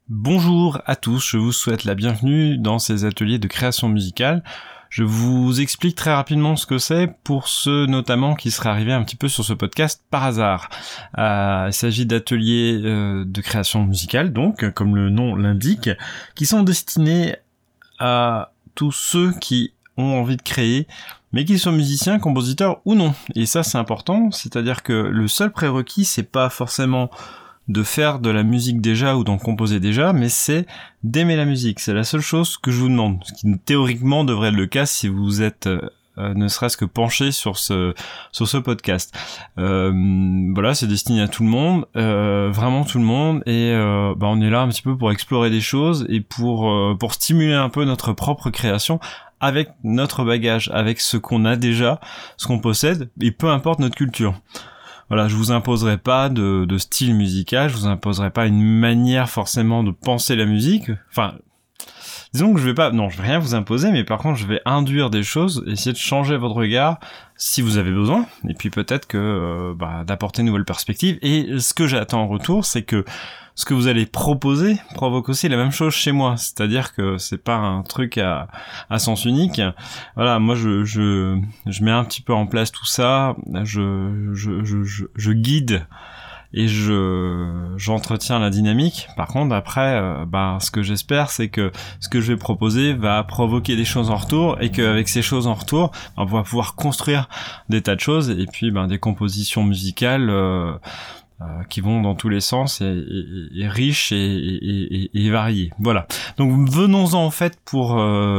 Bonjour à tous, je vous souhaite la bienvenue dans ces ateliers de création musicale. Je vous explique très rapidement ce que c'est pour ceux notamment qui seraient arrivés un petit peu sur ce podcast par hasard. Il s'agit d'ateliers de création musicale, donc comme le nom l'indique, qui sont destinés à tous ceux qui ont envie de créer, mais qu'ils soient musiciens, compositeurs ou non. Et ça c'est important, c'est-à-dire que le seul prérequis c'est pas forcément de faire de la musique déjà ou d'en composer déjà, mais c'est d'aimer la musique. C'est la seule chose que je vous demande, ce qui théoriquement devrait être le cas si vous êtes ne serait-ce que penché sur ce podcast. Voilà, c'est destiné à tout le monde, vraiment tout le monde, et on est là un petit peu pour explorer des choses et pour stimuler un peu notre propre création avec notre bagage, avec ce qu'on a déjà, ce qu'on possède, et peu importe notre culture. Voilà, je vous imposerai pas de style musical, je vous imposerai pas une manière forcément de penser la musique. Enfin, disons que je vais rien vous imposer, mais par contre, je vais induire des choses, essayer de changer votre regard si vous avez besoin, et puis peut-être que d'apporter une nouvelle perspective. Et ce que j'attends en retour, c'est que ce que vous allez proposer provoque aussi la même chose chez moi, c'est-à-dire que c'est pas un truc à sens unique. Voilà, moi je mets un petit peu en place tout ça, je guide et j'entretiens la dynamique. Par contre après ce que j'espère c'est que ce que je vais proposer va provoquer des choses en retour, et qu'avec ces choses en retour on va pouvoir construire des tas de choses, et puis des compositions musicales qui vont dans tous les sens et riches et variées. Voilà. Donc venons-en en fait pour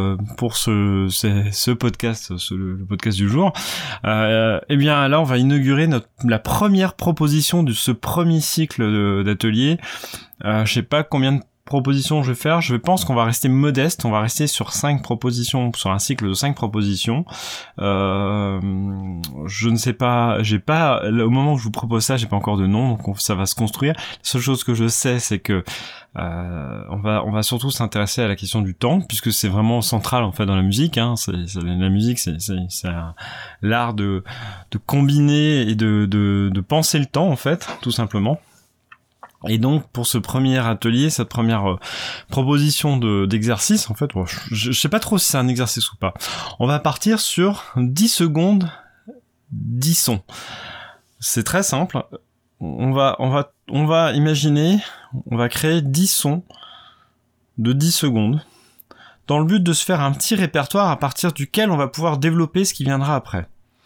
ce podcast, le podcast du jour. Eh bien là on va inaugurer la première proposition de ce premier cycle d'atelier. Je sais pas combien de propositions je vais faire. Je pense qu'on va rester modeste. On va rester sur 5 propositions, sur un cycle de 5 propositions. Je ne sais pas, au moment où je vous propose ça, j'ai pas encore de nom, donc ça va se construire. La seule chose que je sais, c'est que on va surtout s'intéresser à la question du temps, puisque c'est vraiment central en fait dans la musique. La musique, c'est l'art de combiner et de penser le temps en fait, tout simplement. Et donc pour ce premier atelier, cette première proposition d'exercice, en fait, je sais pas trop si c'est un exercice ou pas. On va partir sur 10 secondes, 10 sons. C'est très simple. On va imaginer, on va créer 10 sons de 10 secondes dans le but de se faire un petit répertoire à partir duquel on va pouvoir développer ce qui viendra après.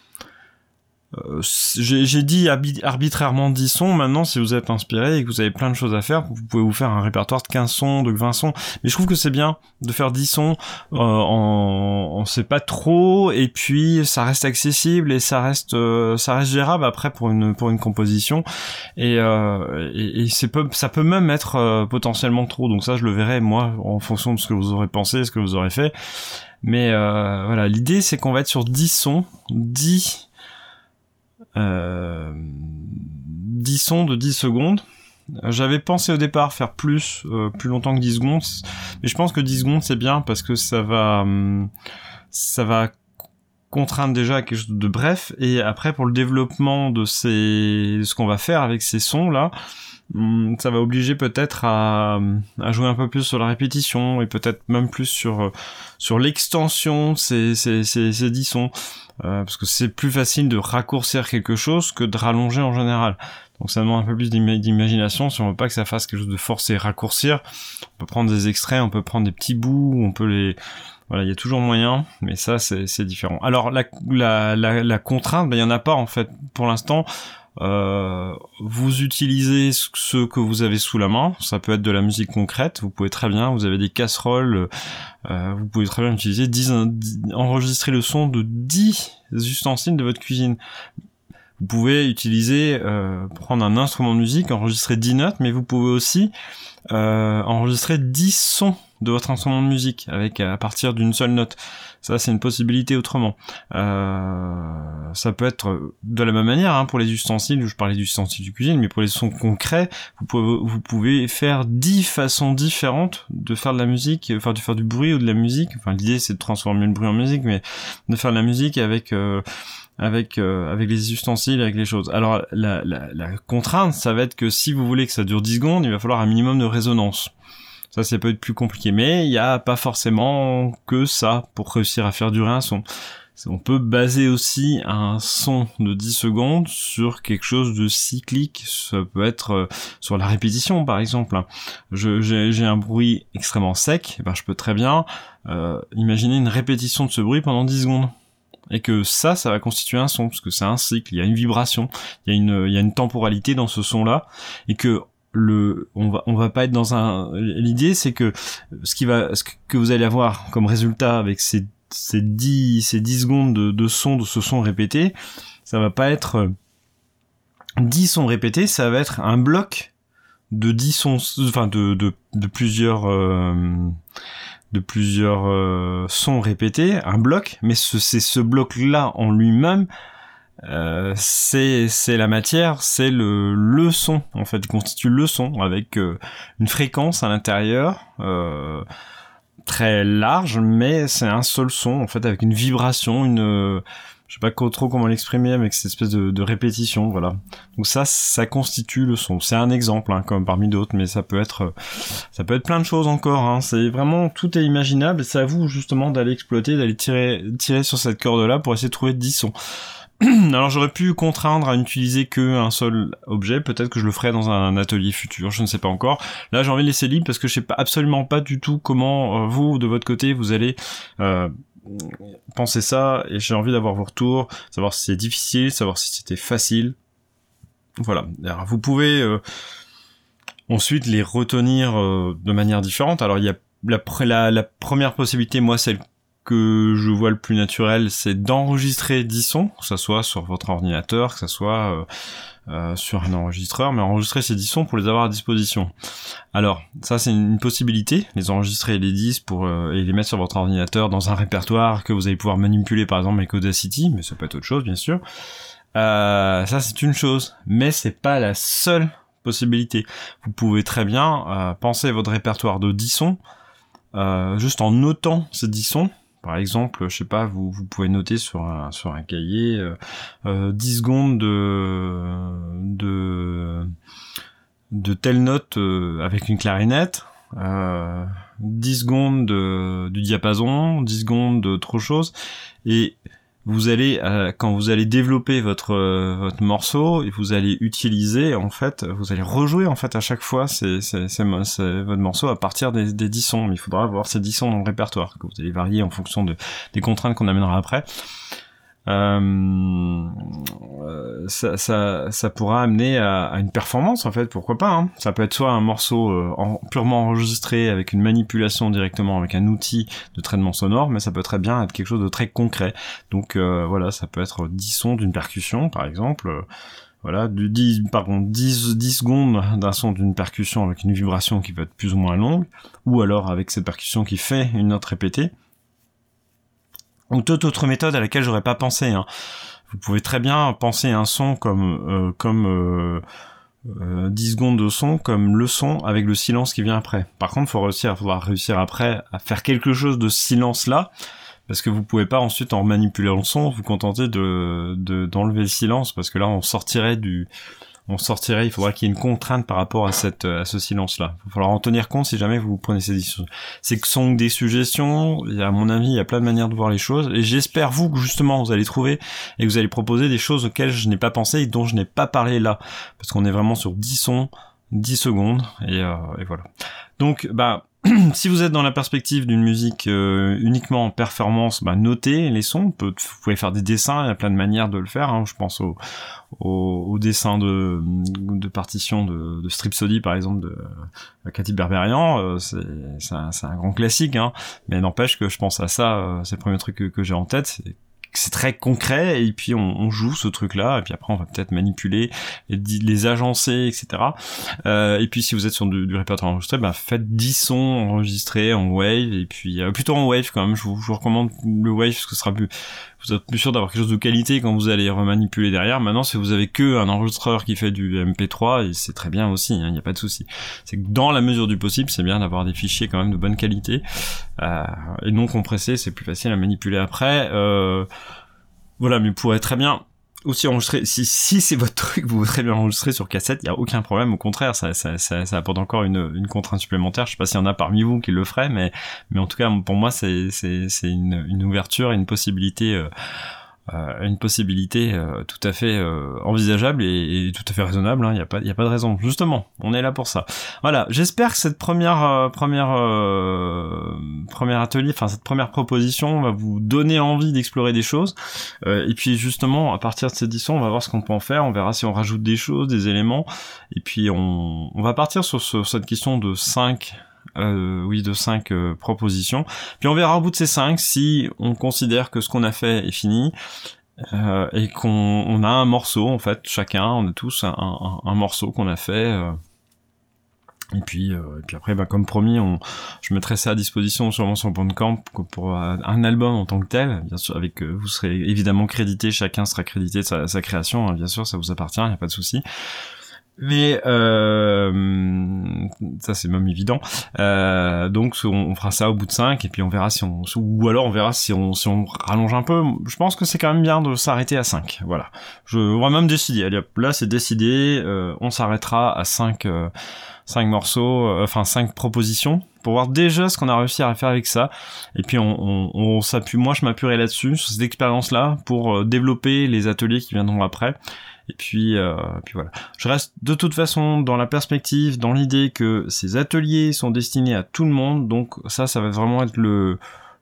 J'ai dit arbitrairement 10 sons. Maintenant, si vous êtes inspiré et que vous avez plein de choses à faire, vous pouvez vous faire un répertoire de 15 sons, de 20 sons. Mais je trouve que c'est bien de faire 10 sons on sait pas trop, et puis ça reste accessible et ça reste gérable après pour une composition. Et ça peut même être potentiellement trop. Donc ça, je le verrai moi en fonction de ce que vous aurez pensé, ce que vous aurez fait. Mais voilà, l'idée c'est qu'on va être sur 10 sons, 10 sons de 10 secondes. J'avais pensé au départ faire plus longtemps que 10 secondes, mais je pense que 10 secondes c'est bien parce que ça va contraindre déjà à quelque chose de bref, et après pour le développement de ce qu'on va faire avec ces sons là, ça va obliger peut-être à jouer un peu plus sur la répétition, et peut-être même plus sur l'extension de ces 10 sons. Parce que c'est plus facile de raccourcir quelque chose que de rallonger en général. Donc ça demande un peu plus d'imagination. Si on veut pas que ça fasse quelque chose de forcé, raccourcir, on peut prendre des extraits, on peut prendre des petits bouts, on peut voilà, il y a toujours moyen, mais ça c'est différent. Alors la contrainte, il y en a pas en fait pour l'instant. Vous utilisez ce que vous avez sous la main. Ça peut être de la musique concrète. Vous pouvez très bien, vous avez des casseroles, vous pouvez très bien utiliser enregistrer le son de 10 ustensiles de votre cuisine. Vous pouvez utiliser, prendre un instrument de musique, enregistrer 10 notes, mais vous pouvez aussi enregistrer 10 sons de votre instrument de musique à partir d'une seule note. Ça, c'est une possibilité autrement. Ça peut être de la même manière pour les ustensiles. Je parlais d'ustensiles de cuisine, mais pour les sons concrets, vous pouvez faire 10 façons différentes de faire de la musique, enfin de faire du bruit ou de la musique. Enfin, l'idée c'est de transformer le bruit en musique, mais de faire de la musique avec les ustensiles, avec les choses. Alors la contrainte, ça va être que si vous voulez que ça dure 10 secondes, il va falloir un minimum de résonance. Ça peut être plus compliqué, mais il y a pas forcément que ça pour réussir à faire durer un son. On peut baser aussi un son de 10 secondes sur quelque chose de cyclique. Ça peut être sur la répétition, par exemple. J'ai un bruit extrêmement sec, je peux très bien imaginer une répétition de ce bruit pendant 10 secondes. Et que ça va constituer un son, parce que c'est un cycle, il y a une vibration, il y a une temporalité dans ce son-là, et que on va pas être dans l'idée, c'est que ce que vous allez avoir comme résultat avec ces 10 secondes de son, de ce son répété, ça va pas être 10 sons répétés, ça va être un bloc de 10 sons, enfin de plusieurs sons répétés, un bloc, mais c'est ce bloc-là en lui-même, c'est la matière, c'est le son, en fait, il constitue le son, avec une fréquence à l'intérieur, très large, mais c'est un seul son, en fait, avec une vibration, je sais pas trop comment l'exprimer, avec cette espèce de répétition, voilà. Donc ça constitue le son. C'est un exemple, comme parmi d'autres, mais ça peut être plein de choses encore, C'est vraiment, tout est imaginable, et c'est à vous, justement, d'aller exploiter, d'aller tirer sur cette corde-là pour essayer de trouver 10 sons. Alors j'aurais pu contraindre à n'utiliser qu'un seul objet, peut-être que je le ferai dans un atelier futur, je ne sais pas encore. Là j'ai envie de laisser libre parce que je sais absolument pas du tout comment vous, de votre côté, vous allez penser ça, et j'ai envie d'avoir vos retours, savoir si c'est difficile, savoir si c'était facile. Voilà, alors, vous pouvez ensuite les retenir de manière différente. Alors il y a la première possibilité, moi celle que je vois le plus naturel, c'est d'enregistrer 10 sons, que ça soit sur votre ordinateur, que ça soit sur un enregistreur, mais enregistrer ces 10 sons pour les avoir à disposition. Alors, ça c'est une possibilité, les enregistrer les 10 et les mettre sur votre ordinateur dans un répertoire que vous allez pouvoir manipuler par exemple avec Audacity, mais ça peut être autre chose bien sûr. Ça c'est une chose, mais c'est pas la seule possibilité. Vous pouvez très bien penser votre répertoire de 10 sons, juste en notant ces 10 sons. Par exemple, je sais pas, vous pouvez noter sur un cahier 10 secondes de telle note avec une clarinette, 10 secondes du diapason, 10 secondes d'autre chose, et vous allez quand vous allez développer votre morceau, et vous allez utiliser, en fait, vous allez rejouer en fait à chaque fois c'est votre morceau à partir des 10 sons. Mais il faudra avoir ces 10 sons dans le répertoire que vous allez varier en fonction des contraintes qu'on amènera après. Ça pourra amener à une performance, en fait, pourquoi pas, Ça peut être soit un morceau purement enregistré avec une manipulation directement avec un outil de traitement sonore, mais ça peut très bien être quelque chose de très concret. Donc voilà, ça peut être 10 sons d'une percussion par exemple, voilà, 10 secondes d'un son d'une percussion avec une vibration qui peut être plus ou moins longue, ou alors avec cette percussion qui fait une note répétée, ou toute autre méthode à laquelle j'aurais pas pensé. Vous pouvez très bien penser un son comme 10 secondes de son comme le son avec le silence qui vient après. Par contre, faudra réussir après à faire quelque chose de ce silence-là, parce que vous pouvez pas ensuite, en manipulant le son, vous contenter d'enlever le silence, parce que là on sortirait, il faudra qu'il y ait une contrainte par rapport à ce silence-là. Il va falloir en tenir compte si jamais vous prenez ces décisions. C'est que sont des suggestions, à mon avis, il y a plein de manières de voir les choses, et j'espère que justement vous allez trouver, et que vous allez proposer des choses auxquelles je n'ai pas pensé, et dont je n'ai pas parlé là. Parce qu'on est vraiment sur 10 sons, 10 secondes, et voilà. Donc, si vous êtes dans la perspective d'une musique uniquement en performance, notez les sons. Vous pouvez faire des dessins, il y a plein de manières de le faire. Je pense au dessin de partition de Stripsody par exemple de Katy Berberian. C'est un grand classique, mais n'empêche que je pense à ça. C'est le premier truc que j'ai en tête. C'est très concret, et puis on joue ce truc-là, et puis après on va peut-être manipuler, les agencer, etc. Et puis si vous êtes sur du répertoire enregistré, faites 10 sons enregistrés en wave, et puis plutôt en wave quand même. Je vous recommande le wave, parce que vous êtes plus sûr d'avoir quelque chose de qualité quand vous allez remanipuler derrière. Maintenant, si vous avez que un enregistreur qui fait du MP3, c'est très bien aussi, il n'y a pas de souci. C'est que dans la mesure du possible, c'est bien d'avoir des fichiers quand même de bonne qualité, et non compressés, c'est plus facile à manipuler après. Voilà, mais vous pourrez très bien aussi enregistrer, si c'est votre truc, vous voudrez bien enregistrer sur cassette, il y a aucun problème, au contraire, ça apporte encore une contrainte supplémentaire. Je sais pas s'il y en a parmi vous qui le feraient, mais en tout cas, pour moi, c'est une ouverture et une possibilité tout à fait envisageable et tout à fait raisonnable, hein. Il y a pas de raison. Justement, on est là pour ça. Voilà, j'espère que cette premier atelier, enfin cette première proposition va vous donner envie d'explorer des choses. Et puis justement, à partir de cette édition, on va voir ce qu'on peut en faire, on verra si on rajoute des choses, des éléments, et puis on va partir sur cette question de 5 propositions. Puis on verra au bout de ces 5 si on considère que ce qu'on a fait est fini et qu'on a un morceau, en fait, chacun, on a tous un morceau qu'on a fait. Et puis après, comme promis, je mettrai ça à disposition sûrement sur Bandcamp pour un album en tant que tel. Bien sûr, vous serez évidemment crédité, chacun sera crédité de sa création, hein, bien sûr, ça vous appartient, il n'y a pas de souci. Mais ça c'est même évident. Donc on fera ça au bout de 5 et puis on verra si on rallonge un peu. Je pense que c'est quand même bien de s'arrêter à 5. Voilà. On va même décider. Allez hop, là c'est décidé. On s'arrêtera à 5 morceaux, 5 propositions pour voir déjà ce qu'on a réussi à faire avec ça. Et puis on s'appuie. Moi je m'appuierai là-dessus sur cette expérience-là pour développer les ateliers qui viendront après. Et puis voilà. Je reste de toute façon dans la perspective, dans l'idée que ces ateliers sont destinés à tout le monde, donc ça va vraiment être le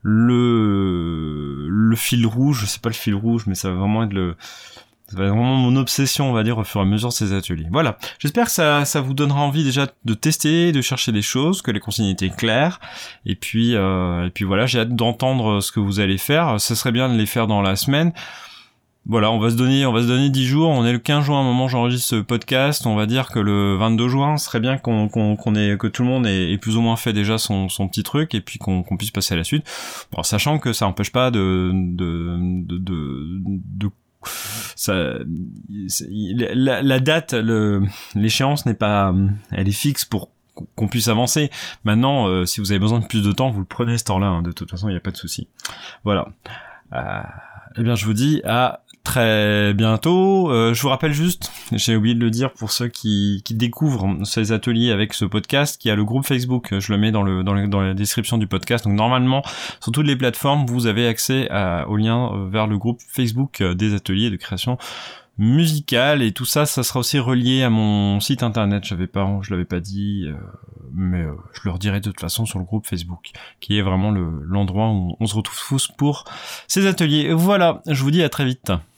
fil rouge. C'est pas le fil rouge, mais ça va vraiment être vraiment mon obsession, on va dire, au fur et à mesure de ces ateliers. Voilà. J'espère que ça vous donnera envie déjà de tester, de chercher des choses, que les consignes étaient claires. Et puis voilà, j'ai hâte d'entendre ce que vous allez faire. Ce serait bien de les faire dans la semaine. Voilà, on va se donner 10 jours. On est le 15 juin au moment où j'enregistre ce podcast. On va dire que le 22 juin, ce serait bien que tout le monde ait plus ou moins fait déjà son petit truc et puis qu'on puisse passer à la suite. Bon, sachant que ça n'empêche pas la date, l'échéance n'est pas, elle est fixe pour qu'on puisse avancer. Maintenant, si vous avez besoin de plus de temps, vous le prenez ce temps-là, hein. De toute façon, il n'y a pas de souci. Voilà. Eh bien, je vous dis à très bientôt. Je vous rappelle juste, j'ai oublié de le dire pour ceux qui découvrent ces ateliers avec ce podcast, qui a le groupe Facebook. Je le mets dans la description du podcast. Donc normalement, sur toutes les plateformes, vous avez accès au lien vers le groupe Facebook des ateliers de création musicale, et tout ça sera aussi relié à mon site internet. Je l'avais pas dit, mais je le redirai de toute façon sur le groupe Facebook, qui est vraiment l'endroit où on se retrouve tous pour ces ateliers. Voilà, je vous dis à très vite.